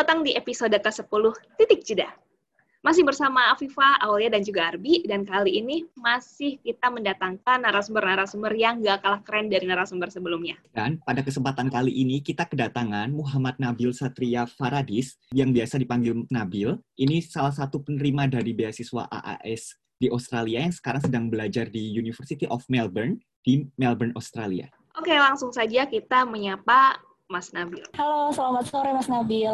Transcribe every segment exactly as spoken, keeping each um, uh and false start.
datang di episode kesepuluh Titik Jeda. Masih bersama Afifa, Aulia, dan juga Arbi, dan kali ini masih kita mendatangkan narasumber-narasumber yang gak kalah keren dari narasumber sebelumnya. Dan pada kesempatan kali ini kita kedatangan Muhammad Nabil Satria Faradis, yang biasa dipanggil Nabil. Ini salah satu penerima dari beasiswa A A S di Australia yang sekarang sedang belajar di University of Melbourne, di Melbourne, Australia. Oke, langsung saja kita menyapa Mas Nabil. Halo, selamat sore Mas Nabil.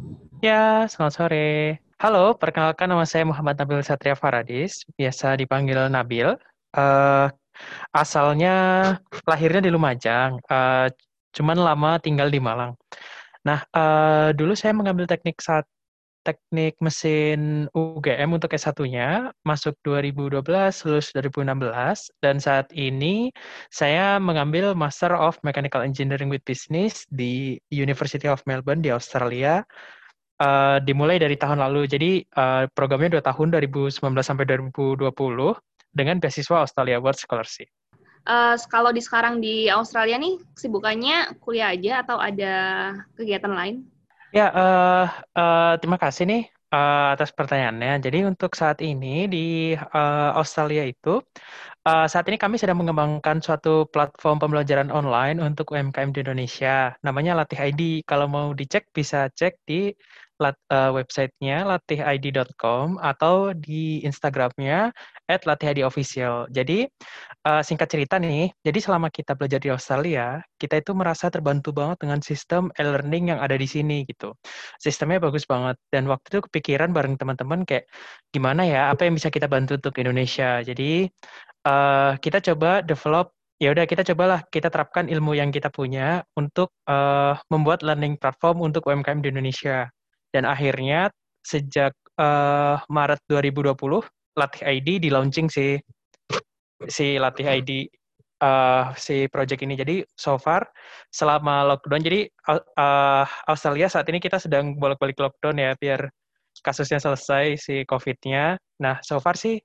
Ya, selamat sore. Halo, perkenalkan nama saya Muhammad Nabil Satria Faradis, biasa dipanggil Nabil. Uh, asalnya lahirnya di Lumajang, uh, cuman lama tinggal di Malang. Nah, uh, dulu saya mengambil teknik saat teknik mesin U G M untuk S satu-nya, masuk dua ribu dua belas, lulus dua ribu enam belas, dan saat ini saya mengambil Master of Mechanical Engineering with Business di University of Melbourne di Australia. Uh, dimulai dari tahun lalu, jadi uh, programnya dua tahun, dua ribu sembilan belas sampai dua ribu dua puluh, dengan beasiswa Australia World Scholarship. Uh, kalau di sekarang di Australia nih, kesibukannya kuliah aja atau ada kegiatan lain? Ya, uh, uh, terima kasih nih uh, atas pertanyaannya. Jadi untuk saat ini di uh, Australia itu, uh, saat ini kami sedang mengembangkan suatu platform pembelajaran online untuk U M K M di Indonesia. Namanya Latih I D. Kalau mau dicek, bisa cek di lat, uh, websitenya latih i d dot com atau di Instagramnya at latih i d official. Jadi uh, singkat cerita nih, jadi selama kita belajar di Australia, kita itu merasa terbantu banget dengan sistem e-learning yang ada di sini gitu. Sistemnya bagus banget, dan waktu itu kepikiran bareng teman-teman kayak gimana ya, apa yang bisa kita bantu untuk Indonesia. Jadi uh, kita coba develop, ya udah kita cobalah kita terapkan ilmu yang kita punya untuk uh, membuat learning platform untuk U M K M di Indonesia. Dan akhirnya sejak uh, Maret dua ribu dua puluh, Latih I D di-launching si si Latih I D uh, si project ini. Jadi so far selama lockdown, jadi uh, Australia saat ini kita sedang bolak-balik lockdown ya biar kasusnya selesai si COVID-nya. Nah, so far sih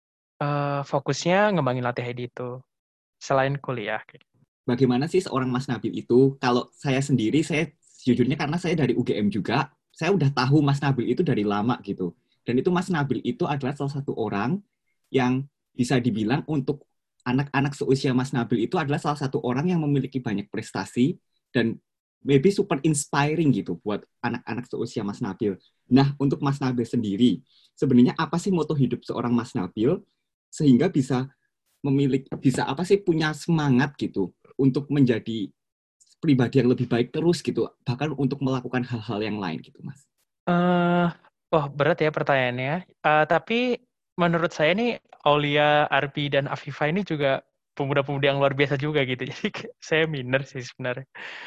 uh, fokusnya ngembangin Latih I D itu selain kuliah. Bagaimana sih seorang Mas Nabil itu? Kalau saya sendiri, saya sejujurnya karena saya dari U G M juga, saya udah tahu Mas Nabil itu dari lama gitu. Dan itu Mas Nabil itu adalah salah satu orang yang bisa dibilang untuk anak-anak seusia Mas Nabil itu adalah salah satu orang yang memiliki banyak prestasi dan maybe super inspiring gitu buat anak-anak seusia Mas Nabil. Nah, untuk Mas Nabil sendiri, sebenarnya apa sih moto hidup seorang Mas Nabil sehingga bisa memiliki, bisa apa sih punya semangat gitu untuk menjadi pribadi yang lebih baik terus gitu, bahkan untuk melakukan hal-hal yang lain gitu, Mas? Uh, oh, berat ya pertanyaannya. Uh, tapi menurut saya nih, Aulia, Arbi, dan Afifa ini juga pemuda-pemuda yang luar biasa juga gitu. Jadi saya minder sih sebenarnya.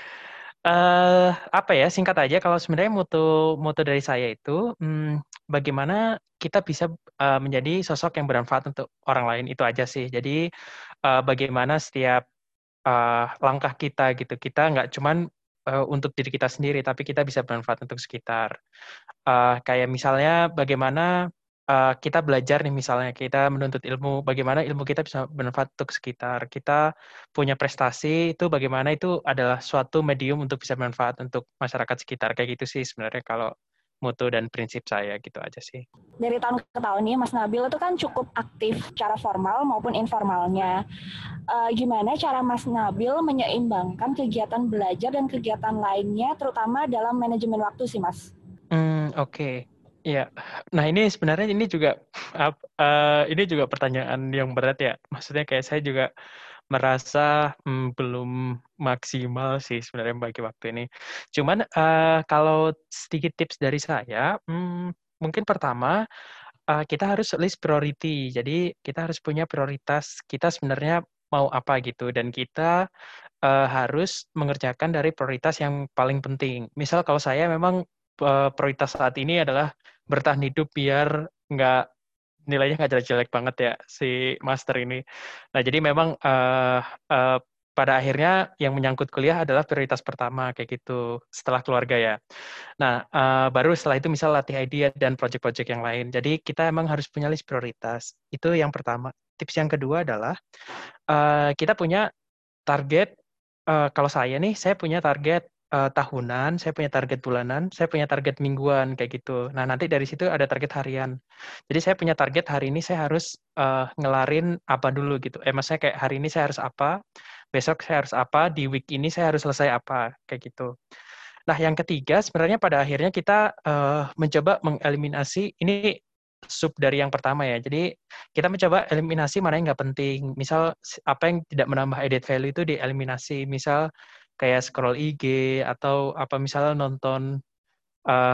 Uh, apa ya, singkat aja, kalau sebenarnya moto moto dari saya itu, hmm, bagaimana kita bisa uh, menjadi sosok yang bermanfaat untuk orang lain, itu aja sih. Jadi uh, bagaimana setiap uh, langkah kita gitu, kita nggak cuman uh, untuk diri kita sendiri, tapi kita bisa bermanfaat untuk sekitar. Uh, kayak misalnya bagaimana uh, kita belajar nih, misalnya kita menuntut ilmu, bagaimana ilmu kita bisa bermanfaat untuk sekitar. Kita punya prestasi, itu bagaimana itu adalah suatu medium untuk bisa bermanfaat untuk masyarakat sekitar. Kayak gitu sih sebenarnya kalau moto dan prinsip saya, gitu aja sih. Dari tahun ke tahun nih, Mas Nabil itu kan cukup aktif secara formal maupun informalnya. Uh, gimana cara Mas Nabil menyeimbangkan kegiatan belajar dan kegiatan lainnya, terutama dalam manajemen waktu sih, Mas? Hmm, oke. Okay. Ya. Nah, ini sebenarnya ini juga uh, uh, ini juga pertanyaan yang berat ya. Maksudnya kayak saya juga merasa hmm, belum maksimal sih sebenarnya bagi waktu ini. Cuman uh, kalau sedikit tips dari saya, hmm, mungkin pertama uh, kita harus list priority. Jadi kita harus punya prioritas kita sebenarnya mau apa gitu, dan kita uh, harus mengerjakan dari prioritas yang paling penting. Misal kalau saya memang uh, prioritas saat ini adalah bertahan hidup biar nggak nilainya nggak jelek-jelek banget ya si master ini. Nah, jadi memang uh, uh, pada akhirnya yang menyangkut kuliah adalah prioritas pertama kayak gitu setelah keluarga ya. Nah, uh, baru setelah itu misal latih idea dan project-project yang lain. Jadi kita emang harus punya list prioritas. Itu yang pertama. Tips yang kedua adalah uh, kita punya target. Uh, kalau saya nih, saya punya target uh, tahunan, saya punya target bulanan, saya punya target mingguan kayak gitu. Nah, nanti dari situ ada target harian. Jadi saya punya target hari ini saya harus uh, ngelarin apa dulu gitu. Eh, maksudnya kayak hari ini saya harus apa, besok saya harus apa, di week ini saya harus selesai apa, kayak gitu. Nah, yang ketiga sebenarnya pada akhirnya kita uh, mencoba mengeliminasi, ini sub dari yang pertama ya. Jadi kita mencoba eliminasi mana yang nggak penting. Misal apa yang tidak menambah added value itu dieliminasi. Misal kayak scroll I G atau apa misalnya nonton uh,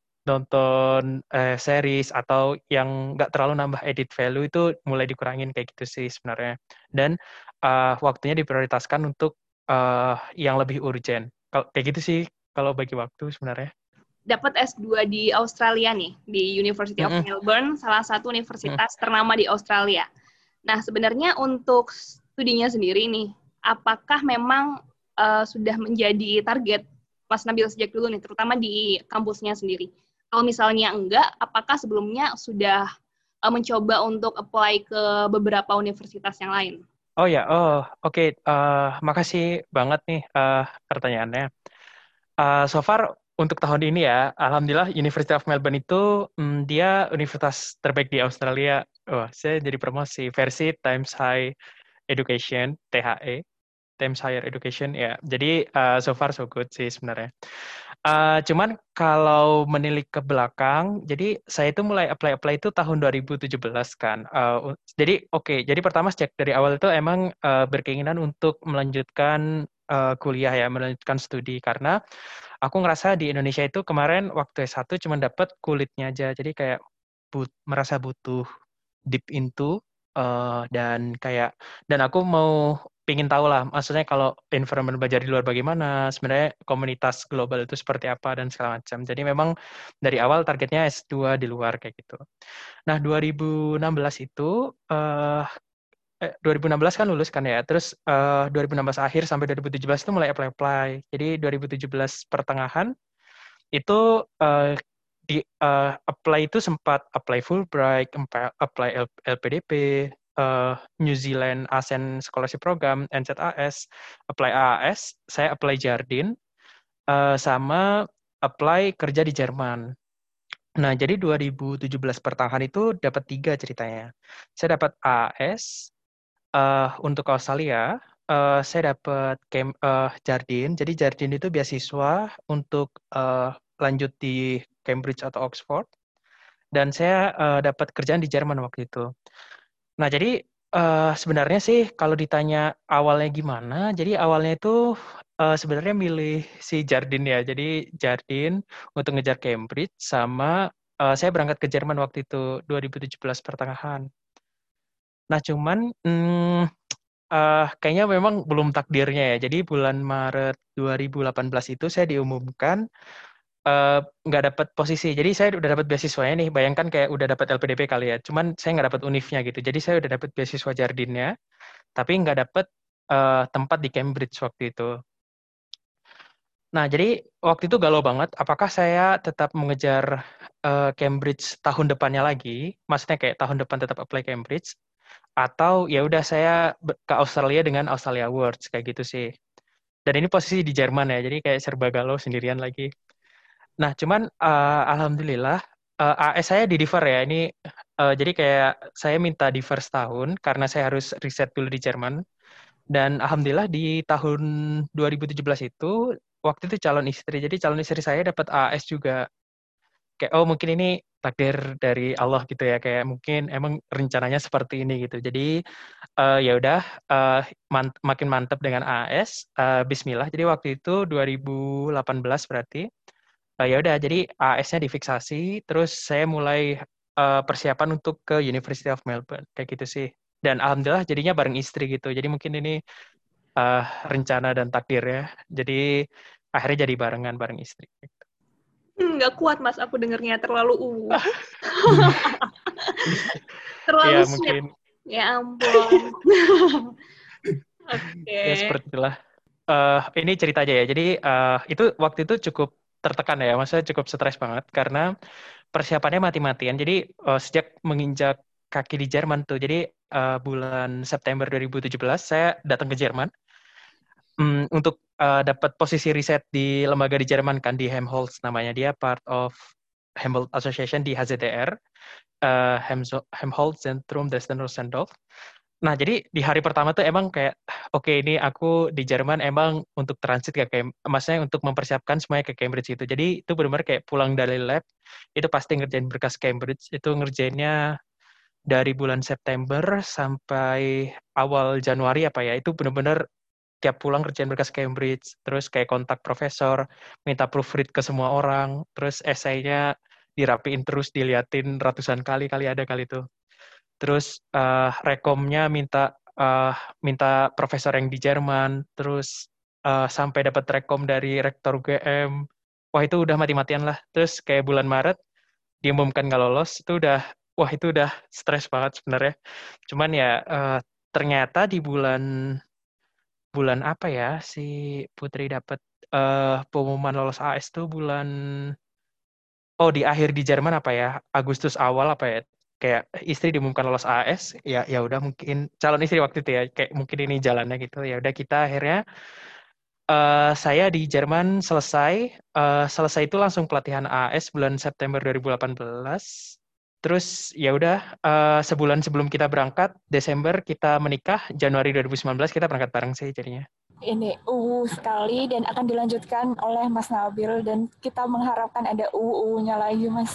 nonton uh, series atau yang nggak terlalu nambah added value itu mulai dikurangin kayak gitu sih sebenarnya. Dan uh, waktunya diprioritaskan untuk uh, yang lebih urgent. Kalau kayak gitu sih kalau bagi waktu sebenarnya. Dapat S dua di Australia nih, di University of Mm-mm. Melbourne, salah satu universitas Mm-mm. ternama di Australia. Nah, sebenarnya untuk studinya sendiri nih, apakah memang uh, sudah menjadi target Mas Nabil sejak dulu nih, terutama di kampusnya sendiri? Kalau misalnya enggak, apakah sebelumnya sudah uh, mencoba untuk apply ke beberapa universitas yang lain? Oh ya, oh oke, okay. uh, makasih banget nih uh, pertanyaannya. Uh, so far untuk tahun ini ya, alhamdulillah University of Melbourne itu um, dia universitas terbaik di Australia. Wah, saya jadi promosi versi Times High Education (T H E), Times Higher Education ya. Jadi uh, so far so good sih sebenarnya. Uh, cuman kalau menilik ke belakang, jadi saya itu mulai apply-apply itu tahun dua ribu tujuh belas kan. Uh, jadi oke, okay, jadi pertama sejak dari awal itu emang uh, berkeinginan untuk melanjutkan uh, kuliah ya, melanjutkan studi karena aku ngerasa di Indonesia itu kemarin waktu S satu cuma dapat kulitnya aja. Jadi kayak but, merasa butuh deep into uh, dan kayak dan aku mau pingin tahu lah, maksudnya kalau environment belajar di luar bagaimana, sebenarnya komunitas global itu seperti apa dan segala macam. Jadi memang dari awal targetnya S dua di luar kayak gitu. Nah, dua ribu enam belas itu uh, eh, dua ribu enam belas kan lulus kan ya. Terus uh, dua ribu enam belas akhir sampai dua ribu tujuh belas itu mulai apply-apply. Jadi dua ribu tujuh belas pertengahan itu uh, di uh, apply itu sempat apply Fulbright, apply L P D P, uh, New Zealand ASEAN Scholarship Program, N Z A S, apply A A S, saya apply Jardine, uh, sama apply kerja di Jerman. Nah, jadi dua ribu tujuh belas pertengahan itu dapat tiga ceritanya. Saya dapat A A S, uh, untuk Australia, uh, saya dapat camp, uh, Jardine. Jadi Jardine itu beasiswa untuk uh, lanjut di Cambridge atau Oxford. Dan saya uh, dapat kerjaan di Jerman waktu itu. Nah, jadi uh, sebenarnya sih kalau ditanya awalnya gimana, jadi awalnya itu uh, sebenarnya milih si Jardine ya. Jadi Jardine untuk ngejar Cambridge sama uh, saya berangkat ke Jerman waktu itu dua ribu tujuh belas pertengahan. Nah, cuman hmm, uh, kayaknya memang belum takdirnya ya. Jadi bulan Maret dua ribu delapan belas itu saya diumumkan uh, nggak dapat posisi. Jadi saya udah dapat beasiswanya nih. Bayangkan kayak udah dapat L P D P kali ya. Cuman saya nggak dapat univnya gitu. Jadi saya udah dapat beasiswa Jardine-nya, tapi nggak dapat uh, tempat di Cambridge waktu itu. Nah, jadi waktu itu galau banget. Apakah saya tetap mengejar uh, Cambridge tahun depannya lagi? Maksudnya kayak tahun depan tetap apply Cambridge? Atau ya udah saya ke Australia dengan Australia Awards kayak gitu sih. Dan ini posisi di Jerman ya, jadi kayak serba galau sendirian lagi. Nah, cuman uh, alhamdulillah uh, A S saya di defer ya. Ini uh, jadi kayak saya minta defer setahun karena saya harus riset dulu di Jerman. Dan alhamdulillah di tahun dua ribu tujuh belas itu waktu itu calon istri. Jadi calon istri saya dapat A S juga. Kayak oh mungkin ini takdir dari Allah gitu ya, kayak mungkin emang rencananya seperti ini gitu. Jadi uh, ya udah uh, mant makin mantap dengan A S, uh, Bismillah. Jadi waktu itu dua ribu delapan belas berarti uh, ya udah jadi A S-nya difiksasi, terus saya mulai uh, persiapan untuk ke University of Melbourne kayak gitu sih. Dan alhamdulillah jadinya bareng istri gitu. Jadi mungkin ini uh, rencana dan takdir ya. Jadi akhirnya jadi barengan bareng istri. Nggak kuat, Mas. Aku dengernya terlalu uh. terlalu ya, sweet. Mungkin. Ya ampun. Oke. Okay. Ya, seperti itulah. Uh, ini cerita aja ya. Jadi, uh, itu waktu itu cukup tertekan ya. Maksudnya cukup stres banget. Karena persiapannya mati-matian. Jadi, uh, sejak menginjak kaki di Jerman tuh. Jadi, uh, bulan September dua ribu tujuh belas, saya datang ke Jerman. Um, untuk uh, dapat posisi riset di lembaga di Jerman kan, di Helmholtz namanya, dia part of Helmholtz Association di H Z D R, uh, Helmholtz Zentrum des Rosendorf. Nah, jadi di hari pertama tuh emang kayak, oke okay, ini aku di Jerman emang untuk transit ke Cambridge, maksudnya untuk mempersiapkan semuanya ke Cambridge itu. Jadi itu benar-benar kayak pulang dari lab, itu pasti ngerjain berkas Cambridge, itu ngerjainnya dari bulan September sampai awal Januari apa ya, itu benar-benar tiap pulang kerjaan berkas Cambridge, terus kayak kontak profesor, minta proofread ke semua orang, terus esainya dirapiin terus, diliatin ratusan kali, kali ada kali itu. Terus uh, rekomnya minta uh, minta profesor yang di Jerman, terus uh, sampai dapat rekom dari rektor U G M. Wah itu udah mati-matian lah. Terus kayak bulan Maret diumumkan nggak lolos, itu udah wah itu udah stres banget sebenarnya. Cuman ya uh, ternyata di bulan bulan apa ya si Putri dapat uh, pengumuman lolos A S tuh bulan oh di akhir di Jerman apa ya, Agustus awal apa ya, kayak istri diumumkan lolos A S, ya ya udah mungkin calon istri waktu itu ya, kayak mungkin ini jalannya gitu, ya udah kita akhirnya uh, saya di Jerman selesai uh, selesai itu langsung pelatihan A S bulan September dua ribu delapan belas. Terus ya udah uh, sebulan sebelum kita berangkat Desember kita menikah, Januari dua ribu sembilan belas kita berangkat bareng sih jadinya. Ini U U sekali dan akan dilanjutkan oleh Mas Nabil dan kita mengharapkan ada U U-nya lagi Mas.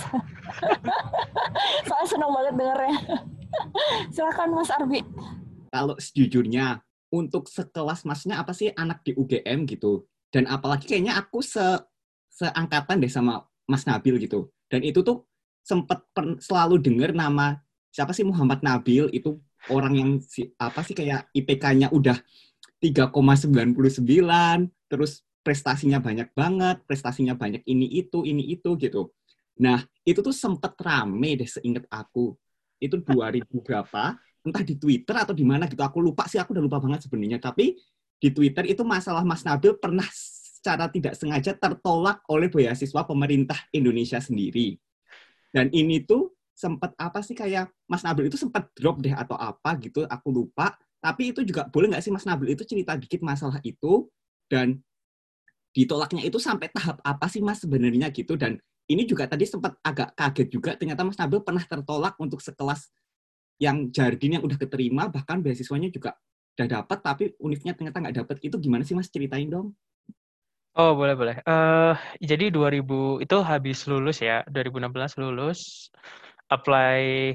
Soalnya senang banget dengarnya. Silakan Mas Arbi. Kalau sejujurnya untuk sekelas Masnya apa sih anak di U G M gitu, dan apalagi kayaknya aku se seangkatan deh sama Mas Nabil gitu, dan itu tuh sempat selalu dengar nama siapa sih Muhammad Nabil, itu orang yang si, apa sih kayak I P K-nya udah tiga koma sembilan sembilan, terus prestasinya banyak banget, prestasinya banyak ini itu, ini itu gitu. Nah, itu tuh sempet rame deh seinget aku. Itu dua ribu berapa, entah di Twitter atau di mana gitu, aku lupa sih, aku udah lupa banget sebenarnya. Tapi di Twitter itu masalah Mas Nabil pernah secara tidak sengaja tertolak oleh beasiswa pemerintah Indonesia sendiri. Dan ini tuh sempat apa sih kayak Mas Nabil itu sempat drop deh atau apa gitu, aku lupa. Tapi itu juga boleh nggak sih Mas Nabil itu cerita dikit masalah itu, dan ditolaknya itu sampai tahap apa sih Mas sebenarnya gitu. Dan ini juga tadi sempat agak kaget juga, ternyata Mas Nabil pernah tertolak untuk sekelas yang Jardin yang udah keterima, bahkan beasiswanya juga udah dapat, tapi univnya ternyata nggak dapat. Itu gimana sih Mas, ceritain dong? Oh boleh boleh. Uh, jadi dua ribu itu habis lulus ya, dua ribu enam belas lulus, apply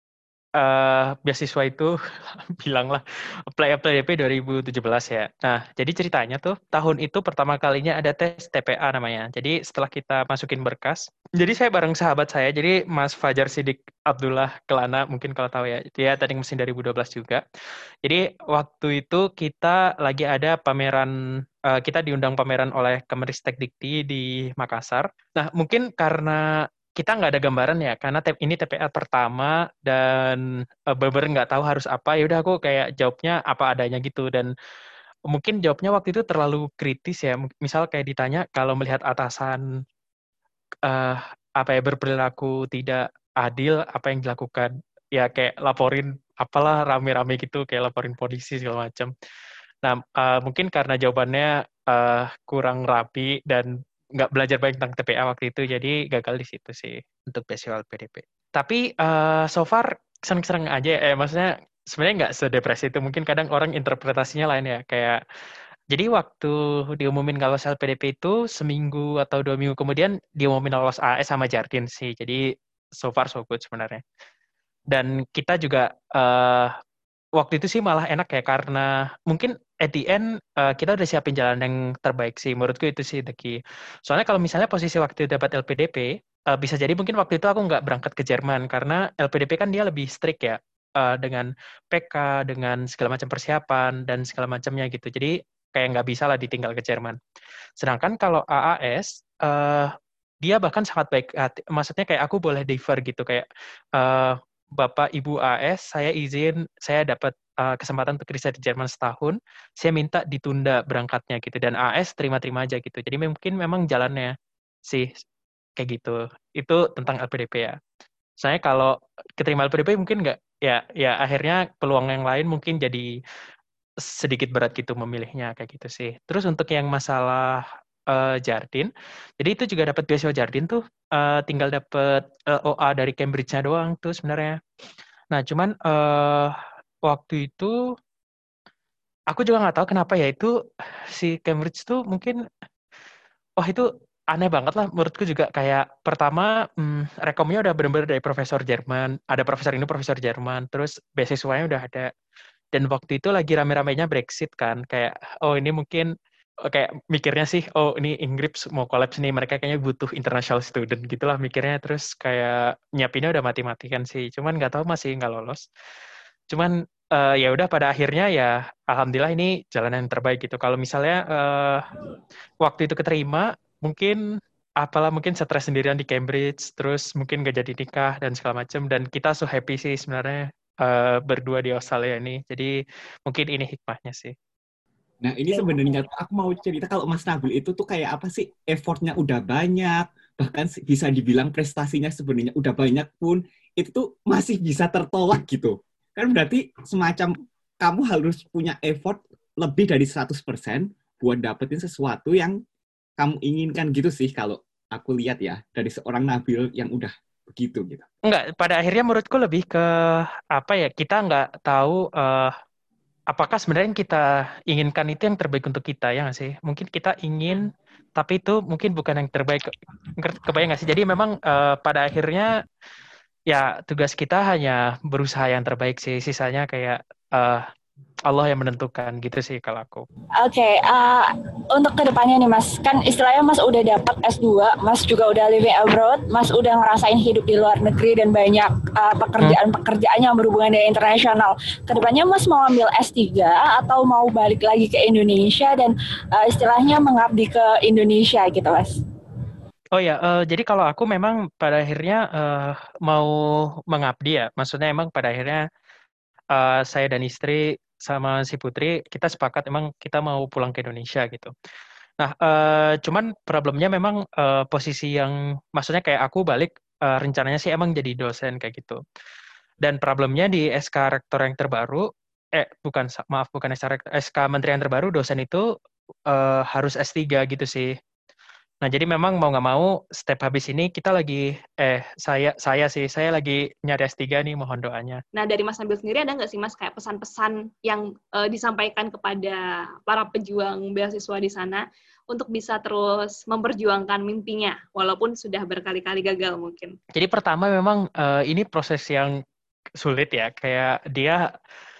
Uh, beasiswa itu bilang lah apply apply D P dua ribu tujuh belas ya. Nah, jadi ceritanya tuh tahun itu pertama kalinya ada tes T P A namanya. Jadi setelah kita masukin berkas, jadi saya bareng sahabat saya, jadi Mas Fajar Sidik Abdullah Kelana, mungkin kalau tahu ya, dia teknik mesin dua ribu dua belas juga. Jadi waktu itu kita lagi ada pameran, uh, kita diundang pameran oleh Kemenristek Dikti di Makassar. Nah, mungkin karena kita nggak ada gambaran ya, karena ini T P A pertama dan uh, bener-bener nggak tahu harus apa, ya udah aku kayak jawabnya apa adanya gitu. Dan mungkin jawabnya waktu itu terlalu kritis ya, misal kayak ditanya kalau melihat atasan uh, apa ya berperilaku tidak adil, apa yang dilakukan, ya kayak laporin apalah rame-rame gitu, kayak laporin polisi segala macam. Nah uh, mungkin karena jawabannya uh, kurang rapi dan nggak belajar banyak tentang T P A waktu itu, jadi gagal di situ sih untuk beasiswa P D P. Tapi uh, so far seneng-seneng aja, eh maksudnya sebenarnya nggak sedepresi itu, mungkin kadang orang interpretasinya lain ya, kayak jadi waktu diumumin kalau lolos L P D P itu seminggu atau dua minggu kemudian diumumin lolos A S sama Jardin sih, jadi so far so good sebenarnya. Dan kita juga uh, waktu itu sih malah enak ya, karena mungkin at the end uh, kita udah siapin jalan yang terbaik sih, menurutku itu sih the key. Soalnya kalau misalnya posisi waktu itu dapat L P D P, uh, bisa jadi mungkin waktu itu aku nggak berangkat ke Jerman, karena L P D P kan dia lebih strict ya, uh, dengan P K, dengan segala macam persiapan, dan segala macamnya gitu. Jadi kayak nggak bisa lah ditinggal ke Jerman. Sedangkan kalau A A S, uh, dia bahkan sangat baik hati. Maksudnya kayak aku boleh defer gitu, kayak uh, Bapak Ibu A S, saya izin, saya dapat uh, kesempatan untuk riset di Jerman setahun, saya minta ditunda berangkatnya gitu, dan A S terima-terima aja gitu. Jadi mungkin memang jalannya sih kayak gitu. Itu tentang L P D P ya. Soalnya kalau keterima L P D P mungkin nggak, ya ya akhirnya peluang yang lain mungkin jadi sedikit berat gitu memilihnya kayak gitu sih. Terus untuk yang masalah uh, Jardin, jadi itu juga dapat beasiswa Jardin tuh, uh, tinggal dapat uh, O A dari Cambridge-nya doang tuh sebenarnya. Nah cuman uh, waktu itu aku juga nggak tahu kenapa ya itu si Cambridge tuh mungkin, wah itu aneh banget lah menurutku juga kayak pertama hmm, rekomnya udah bener-bener dari profesor Jerman, ada profesor ini profesor Jerman, terus beasiswanya udah ada. Dan waktu itu lagi rame-ramenya Brexit kan, kayak oh ini mungkin oh, kayak mikirnya sih, oh ini Inggris mau kolaps nih, mereka kayaknya butuh international student gitulah mikirnya, terus kayak nyiapinnya udah mati-matikan sih, cuman nggak tahu masih nggak lolos. Cuman uh, ya udah pada akhirnya ya alhamdulillah ini jalan yang terbaik gitu. Kalau misalnya uh, waktu itu keterima, mungkin apalah mungkin stres sendirian di Cambridge, terus mungkin gak jadi nikah dan segala macam, dan kita so happy sih sebenarnya uh, berdua di Australia ini. Jadi mungkin ini hikmahnya sih. Nah ini sebenarnya tuh aku mau cerita kalau Mas Nabil itu tuh kayak apa sih, effortnya udah banyak, bahkan bisa dibilang prestasinya sebenarnya udah banyak pun itu tuh masih bisa tertolak gitu. Kan berarti semacam kamu harus punya effort lebih dari seratus persen buat dapetin sesuatu yang kamu inginkan gitu sih kalau aku lihat ya dari seorang Nabil yang udah begitu gitu. Enggak, pada akhirnya menurutku lebih ke apa ya, kita nggak tahu uh, apakah sebenarnya yang kita inginkan itu yang terbaik untuk kita, ya nggak sih? Mungkin kita ingin, tapi itu mungkin bukan yang terbaik. Kebayang nggak sih? Jadi memang uh, pada akhirnya ya tugas kita hanya berusaha yang terbaik sih. Sisanya kayak uh, Allah yang menentukan gitu sih kalau aku. Oke, okay, uh, untuk kedepannya nih Mas, kan istilahnya Mas udah dapat S dua, Mas juga udah living abroad, Mas udah ngerasain hidup di luar negeri dan banyak uh, pekerjaan-pekerjaan yang berhubungan dengan internasional. Kedepannya Mas mau ambil S tiga atau mau balik lagi ke Indonesia dan uh, istilahnya mengabdi ke Indonesia gitu Mas? Oh ya, uh, jadi kalau aku memang pada akhirnya uh, mau mengabdi ya, maksudnya emang pada akhirnya uh, saya dan istri sama si Putri, kita sepakat emang kita mau pulang ke Indonesia gitu. Nah, uh, cuman problemnya memang uh, posisi yang, maksudnya kayak aku balik, uh, rencananya sih emang jadi dosen kayak gitu. Dan problemnya di S K Rektor yang terbaru, eh bukan, maaf bukan S K Rektor, S K Menteri yang terbaru, dosen itu uh, harus S tiga gitu sih. Nah, jadi memang mau nggak mau, step habis ini kita lagi, eh, saya saya sih, saya lagi nyari S tiga nih, mohon doanya. Nah, dari Mas Nabil sendiri ada nggak sih, Mas, kayak pesan-pesan yang uh, disampaikan kepada para pejuang beasiswa di sana untuk bisa terus memperjuangkan mimpinya, walaupun sudah berkali-kali gagal mungkin? Jadi pertama memang uh, ini proses yang sulit ya, kayak dia,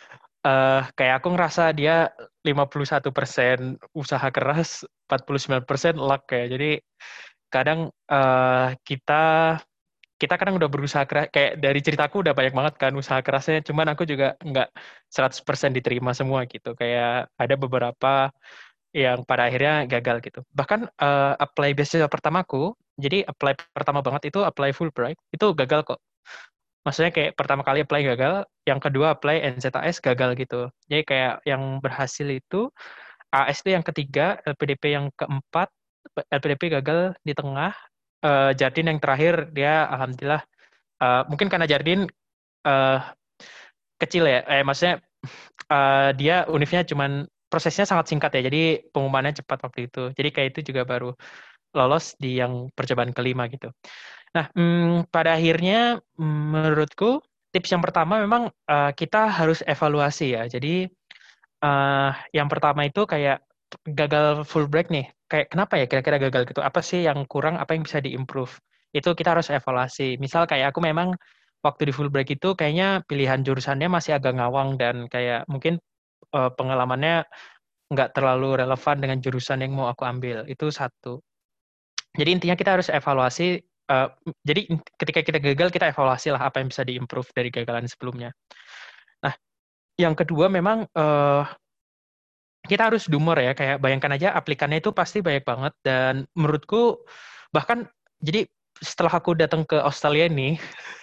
uh, kayak aku ngerasa dia lima puluh satu persen usaha keras, empat puluh sembilan persen luck ya. Jadi kadang uh, kita kita kadang udah berusaha keras, kayak dari ceritaku udah banyak banget kan usaha kerasnya, cuman aku juga nggak seratus persen diterima semua gitu. Kayak ada beberapa yang pada akhirnya gagal gitu. Bahkan uh, apply beasiswa pertamaku, jadi apply pertama banget itu apply Fulbright, itu gagal kok. Maksudnya kayak pertama kali apply gagal, yang kedua apply N Z A S gagal gitu. Jadi kayak yang berhasil itu A S itu yang ketiga, L P D P yang keempat, L P D P gagal di tengah, uh, Jardin yang terakhir dia alhamdulillah, uh, mungkin karena Jardin uh, kecil ya, eh maksudnya uh, dia univnya cuman prosesnya sangat singkat ya, jadi pengumumannya cepat waktu itu. Jadi kayak itu juga baru lolos di yang percobaan kelima gitu. Nah, hmm, pada akhirnya menurutku tips yang pertama memang uh, kita harus evaluasi ya. Jadi uh, yang pertama itu kayak gagal Fulbright nih. Kayak kenapa ya kira-kira gagal gitu? Apa sih yang kurang? Apa yang bisa diimprove? Itu kita harus evaluasi. Misal kayak aku memang waktu di Fulbright itu kayaknya pilihan jurusannya masih agak ngawang dan kayak mungkin uh, pengalamannya nggak terlalu relevan dengan jurusan yang mau aku ambil. Itu satu. Jadi intinya kita harus evaluasi. Uh, jadi ketika kita gagal, kita evaluasi lah apa yang bisa diimprove dari gagalan sebelumnya. Nah, yang kedua memang uh, kita harus dumor ya. Kayak bayangkan aja aplikannya itu pasti banyak banget. Dan menurutku bahkan jadi setelah aku datang ke Australia ini,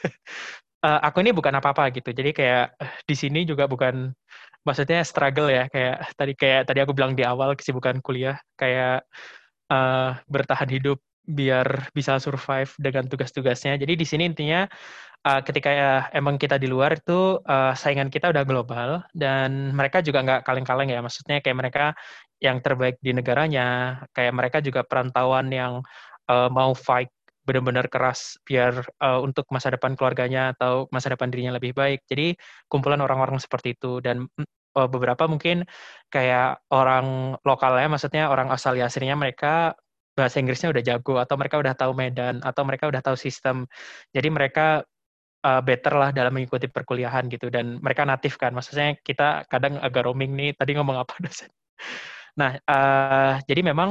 uh, aku ini bukan apa-apa gitu. Jadi kayak di sini juga bukan, maksudnya struggle ya. Kayak tadi kayak tadi aku bilang di awal kesibukan kuliah kayak uh, bertahan hidup biar bisa survive dengan tugas-tugasnya. Jadi di sini intinya uh, ketika ya, emang kita di luar itu uh, saingan kita udah global dan mereka juga nggak kaleng-kaleng ya, maksudnya kayak mereka yang terbaik di negaranya, kayak mereka juga perantauan yang uh, mau fight benar-benar keras biar uh, untuk masa depan keluarganya atau masa depan dirinya lebih baik. Jadi kumpulan orang-orang seperti itu dan uh, beberapa mungkin kayak orang lokalnya, maksudnya orang asal aslinya mereka bahasa Inggrisnya udah jago atau mereka udah tahu medan atau mereka udah tahu sistem. Jadi mereka uh, better lah dalam mengikuti perkuliahan gitu dan mereka natif kan. Maksudnya kita kadang agak roaming nih. Tadi ngomong apa dosen? Nah, uh, jadi memang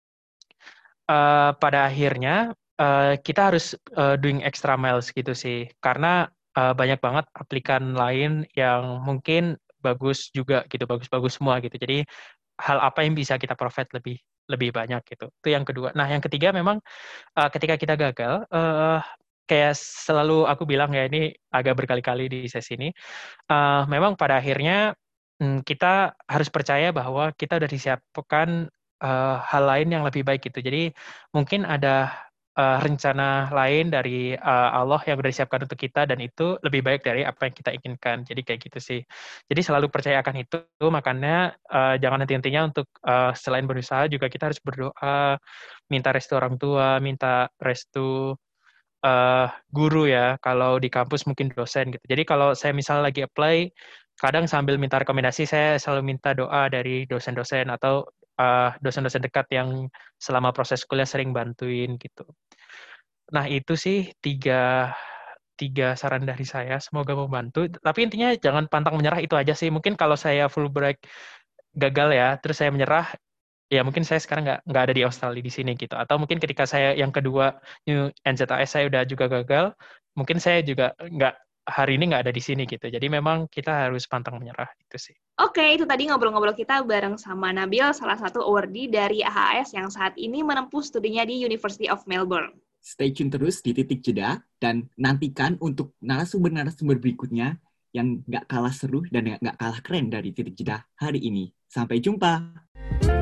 uh, pada akhirnya uh, kita harus uh, doing extra miles gitu sih, karena uh, banyak banget aplikan lain yang mungkin bagus juga gitu, bagus-bagus semua gitu. Jadi hal apa yang bisa kita provide lebih lebih banyak gitu. Itu yang kedua. Nah, yang ketiga memang uh, ketika kita gagal, uh, kayak selalu aku bilang ya, ini agak berkali-kali di sesi ini, uh, memang pada akhirnya hmm, kita harus percaya bahwa kita udah disiapkan uh, hal lain yang lebih baik gitu. Jadi mungkin ada uh, rencana lain dari uh, Allah yang udah disiapkan untuk kita dan itu lebih baik dari apa yang kita inginkan. Jadi kayak gitu sih. Jadi selalu percaya akan itu, makanya uh, jangan henti-hentinya untuk uh, selain berusaha juga kita harus berdoa, minta restu orang tua, minta restu uh, guru ya, kalau di kampus mungkin dosen gitu. Jadi kalau saya misal lagi apply, kadang sambil minta rekomendasi, saya selalu minta doa dari dosen-dosen atau uh, dosen-dosen dekat yang selama proses kuliah sering bantuin gitu. Nah itu sih tiga, tiga saran dari saya, semoga membantu. Tapi intinya jangan pantang menyerah, itu aja sih. Mungkin kalau saya Fulbright gagal ya, terus saya menyerah, ya mungkin saya sekarang nggak nggak ada di Australia di sini gitu. Atau mungkin ketika saya yang kedua New N Z A S saya udah juga gagal, mungkin saya juga nggak hari ini nggak ada di sini gitu. Jadi memang kita harus pantang menyerah itu sih. Oke, itu tadi ngobrol-ngobrol kita bareng sama Nabil, salah satu awardee dari A H S yang saat ini menempuh studinya di University of Melbourne. Stay tune terus di Titik Jeda dan nantikan untuk narasumber-narasumber berikutnya yang nggak kalah seru dan nggak kalah keren dari Titik Jeda hari ini. Sampai jumpa!